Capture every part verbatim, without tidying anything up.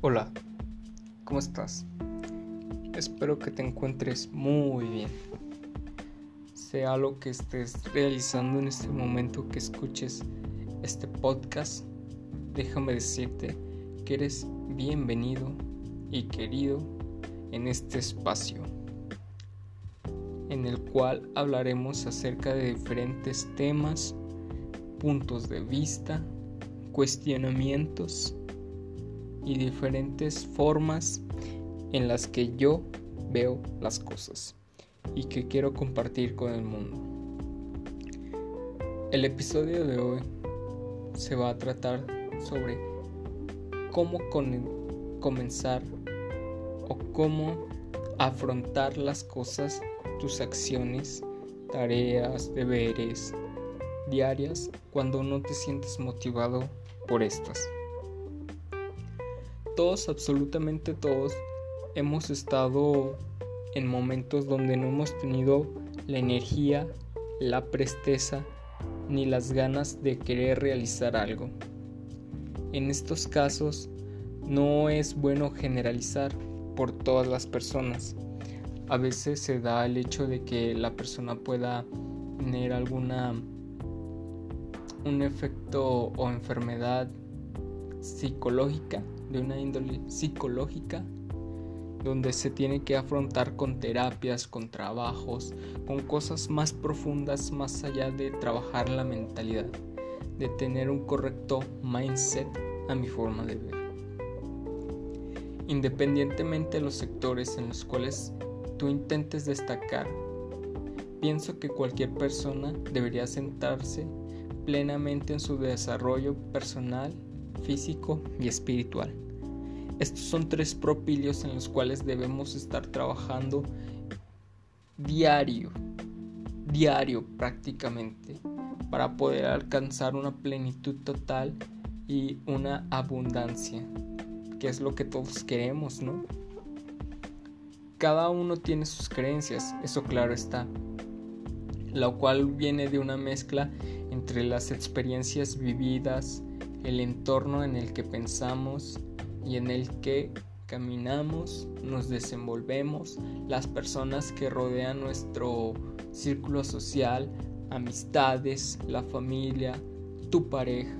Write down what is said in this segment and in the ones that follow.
Hola, ¿cómo estás? Espero que te encuentres muy bien. Sea lo que estés realizando en este momento que escuches este podcast, déjame decirte que eres bienvenido y querido en este espacio, en el cual hablaremos acerca de diferentes temas, puntos de vista, cuestionamientos y diferentes formas en las que yo veo las cosas y que quiero compartir con el mundo. El episodio de hoy se va a tratar sobre cómo con- comenzar o cómo afrontar las cosas, tus acciones, tareas, deberes diarias cuando no te sientes motivado por estas. Todos, absolutamente todos, hemos estado en momentos donde no hemos tenido la energía, la presteza ni las ganas de querer realizar algo. En estos casos no es bueno generalizar por todas las personas. A veces se da el hecho de que la persona pueda tener alguna un efecto o enfermedad psicológica, de una índole psicológica, donde se tiene que afrontar con terapias, con trabajos, con cosas más profundas, más allá de trabajar la mentalidad, de tener un correcto mindset a mi forma de ver. Independientemente de los sectores en los cuales tú intentes destacar, pienso que cualquier persona debería centrarse plenamente en su desarrollo personal, físico y espiritual. Estos son tres propilios en los cuales debemos estar trabajando diario, diario prácticamente, para poder alcanzar una plenitud total y una abundancia, que es lo que todos queremos, ¿no? Cada uno tiene sus creencias, eso claro está, la cual viene de una mezcla entre las experiencias vividas, el entorno en el que pensamos y en el que caminamos, nos desenvolvemos, las personas que rodean nuestro círculo social, amistades, la familia, tu pareja.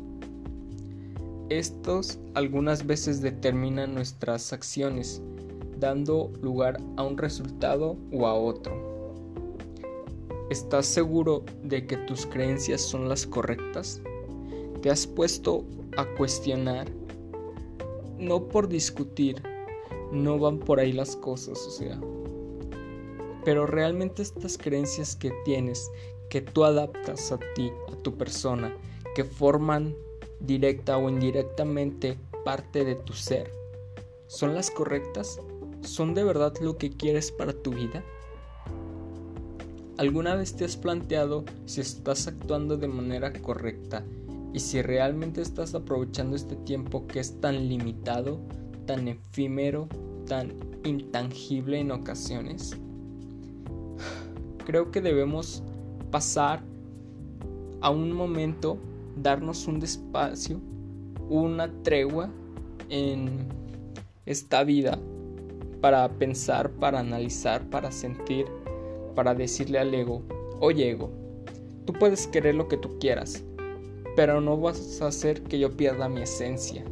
Estos algunas veces determinan nuestras acciones, dando lugar a un resultado o a otro. ¿Estás seguro de que tus creencias son las correctas? ¿Te has puesto a cuestionar? No por discutir, no van por ahí las cosas, o sea. Pero realmente estas creencias que tienes, que tú adaptas a ti, a tu persona, que forman directa o indirectamente parte de tu ser, ¿son las correctas? ¿Son de verdad lo que quieres para tu vida? ¿Alguna vez te has planteado si estás actuando de manera correcta y si realmente estás aprovechando este tiempo que es tan limitado, tan efímero, tan intangible en ocasiones? Creo que debemos pasar a un momento, darnos un despacio, una tregua en esta vida para pensar, para analizar, para sentir, para decirle al ego: oye ego, tú puedes querer lo que tú quieras, pero no vas a hacer que yo pierda mi esencia.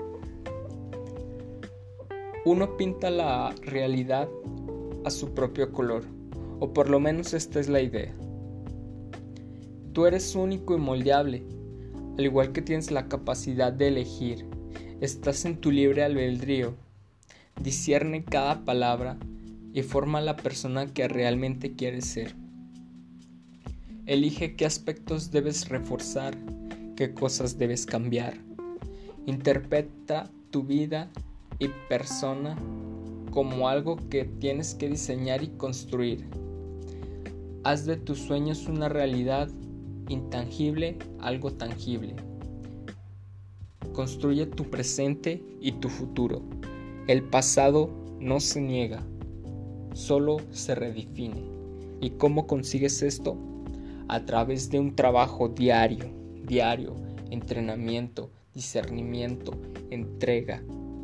Uno pinta la realidad a su propio color, o por lo menos esta es la idea. Tú eres único y moldeable, al igual que tienes la capacidad de elegir. Estás en tu libre albedrío. Discierne cada palabra y forma la persona que realmente quieres ser. Elige qué aspectos debes reforzar, qué cosas debes cambiar. Interpreta tu vida y persona como algo que tienes que diseñar y construir. Haz de tus sueños una realidad intangible, algo tangible. Construye tu presente y tu futuro. El pasado no se niega, solo se redefine. ¿Y cómo consigues esto? A través de un trabajo diario, diario, entrenamiento, discernimiento, entrega,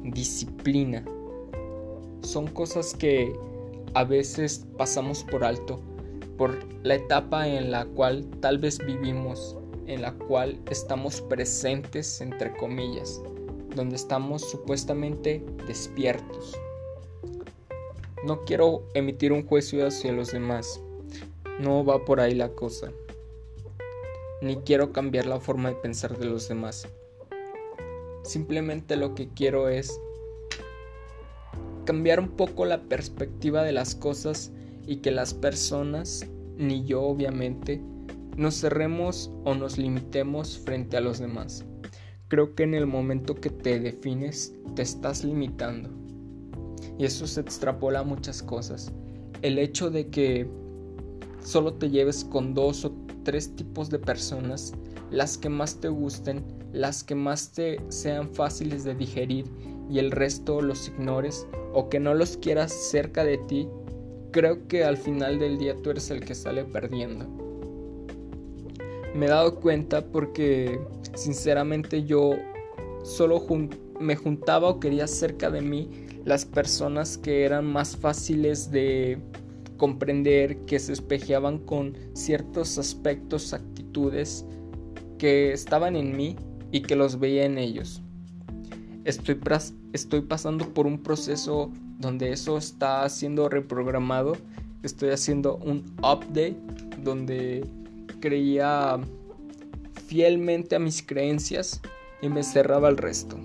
disciplina. Son cosas que a veces pasamos por alto, por la etapa en la cual tal vez vivimos, en la cual estamos presentes, entre comillas, donde estamos supuestamente despiertos. No quiero emitir un juicio hacia los demás, no va por ahí la cosa, ni quiero cambiar la forma de pensar de los demás. Simplemente lo que quiero es cambiar un poco la perspectiva de las cosas y que las personas, ni yo obviamente, nos cerremos o nos limitemos frente a los demás. Creo que en el momento que te defines, te estás limitando. Y eso se extrapola a muchas cosas. El hecho de que solo te lleves con dos o tres tipos de personas, las que más te gusten, las que más te sean fáciles de digerir y el resto los ignores o que no los quieras cerca de ti, creo que al final del día tú eres el que sale perdiendo. Me he dado cuenta porque sinceramente yo solo jun- me juntaba o quería cerca de mí las personas que eran más fáciles de comprender, que se espejeaban con ciertos aspectos, actitudes que estaban en mí y que los veía en ellos. Estoy, pras- estoy pasando por un proceso donde eso está siendo reprogramado. Estoy haciendo un update donde creía fielmente a mis creencias y me cerraba al resto.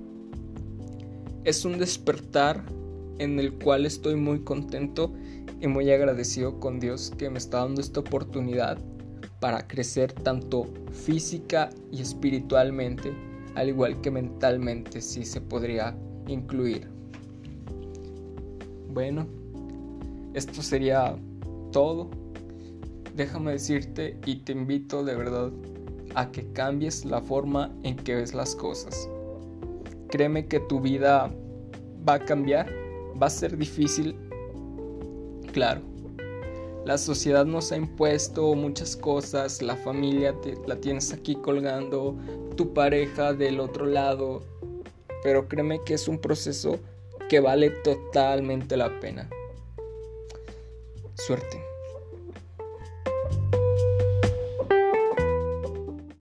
Es un despertar en el cual estoy muy contento y muy agradecido con Dios que me está dando esta oportunidad para crecer tanto física y espiritualmente, al igual que mentalmente, si se podría incluir. Bueno, esto sería todo. Déjame decirte y te invito de verdad a que cambies la forma en que ves las cosas. Créeme que tu vida va a cambiar, va a ser difícil, claro. La sociedad nos ha impuesto muchas cosas, la familia te, la tienes aquí colgando, tu pareja del otro lado, pero créeme que es un proceso que vale totalmente la pena. Suerte.